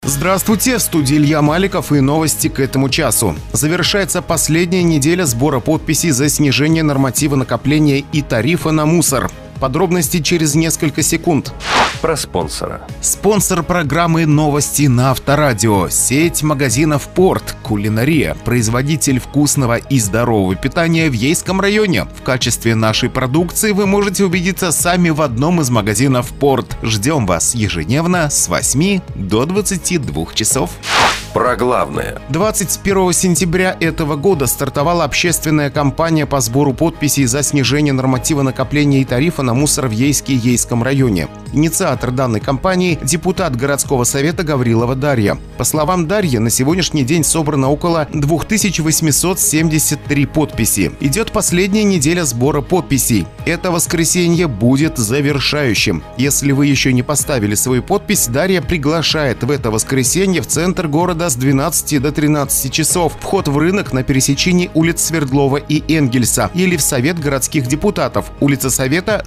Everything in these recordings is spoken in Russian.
Здравствуйте, в студии Илья Маликов и новости к этому часу. Завершается последняя неделя сбора подписей за снижение норматива накопления и тарифа на мусор. Подробности через несколько секунд. Про спонсора. Спонсор программы «Новости» на Авторадио. Сеть магазинов «Порт», кулинария, производитель вкусного и здорового питания в Ейском районе. В качестве нашей продукции вы можете убедиться сами в одном из магазинов «Порт». Ждем вас ежедневно с 8 до 22 часов. Про главное. 21 сентября этого года стартовала общественная кампания по сбору подписей за снижение норматива накопления и тарифа на мусор в Ейске и Ейском районе. Инициатор данной кампании – депутат городского совета Гаврилова Дарья. По словам Дарьи, на сегодняшний день собрано около 2873 подписи. Идет последняя неделя сбора подписей. Это воскресенье будет завершающим. Если вы еще не поставили свою подпись, Дарья приглашает в это воскресенье в центр города с 12 до 13 часов. Вход в рынок на пересечении улиц Свердлова и Энгельса или в Совет городских депутатов, улица Совета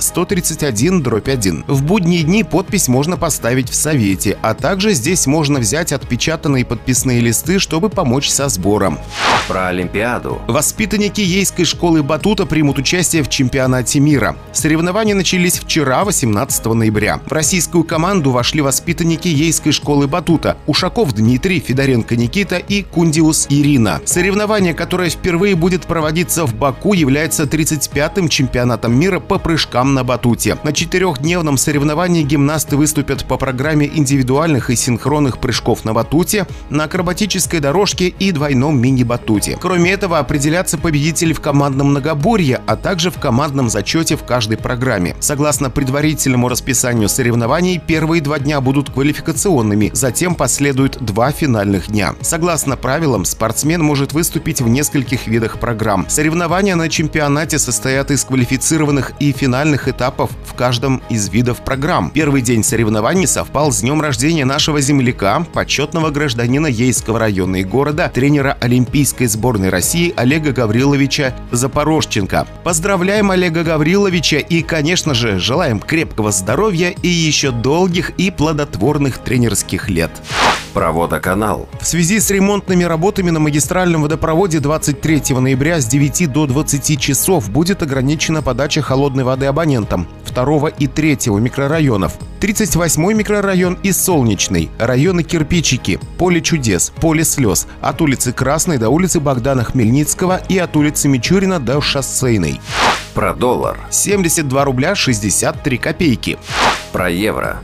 131/1. В будние дни подпись можно поставить в Совете, а также здесь можно взять отпечатанные подписные листы, чтобы помочь со сбором. Про Олимпиаду. Воспитанники Ейской школы батута примут участие в чемпионате мира. Соревнования начались вчера, 18 ноября. В российскую команду вошли воспитанники Ейской школы батута: Ушаков Дмитрий, Федоренко Никита и Кундиус Ирина. Соревнование, которое впервые будет проводиться в Баку, является 35-м чемпионатом мира по прыжкам на батуте. На 4-дневном соревновании гимнасты выступят по программе индивидуальных и синхронных прыжков на батуте, на акробатической дорожке и двойном мини-батуте. Кроме этого, определятся победители в командном многоборье, а также в командном зачете в каждой программе. Согласно предварительному расписанию соревнований, первые 2 дня будут квалификационными, затем последуют 2 финальных дня. Согласно правилам, спортсмен может выступить в нескольких видах программ. Соревнования на чемпионате состоят из квалифицированных и финальных этапов в каждом из видов программ. Первый день соревнований совпал с днем рождения нашего земляка, почетного гражданина Ейского района и города, тренера олимпийской сборной России Олега Гавриловича Запорожченко. Поздравляем Олега Гавриловича и, конечно же, желаем крепкого здоровья и еще долгих и плодотворных тренерских лет. Про водоканал. В связи с ремонтными работами на магистральном водопроводе 23 ноября с 9 до 20 часов будет ограничена подача холодной воды абонентам 2 и 3 микрорайонов. 38-й микрорайон и Солнечный, районы Кирпичики, Поле чудес, Поле слез, от улицы Красной до улицы Богдана Хмельницкого и от улицы Мичурина до Шоссейной. Про доллар. 72 рубля 63 копейки. Про евро.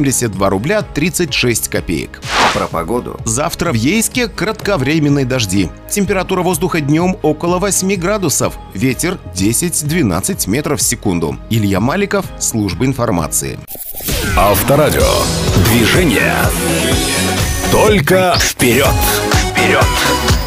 82 рубля 36 копеек. Про погоду. Завтра в Ейске кратковременные дожди. Температура воздуха днем около 8 градусов. Ветер 10-12 метров в секунду. Илья Маликов, служба информации. Авторадио. Движение. Только вперед. Вперед.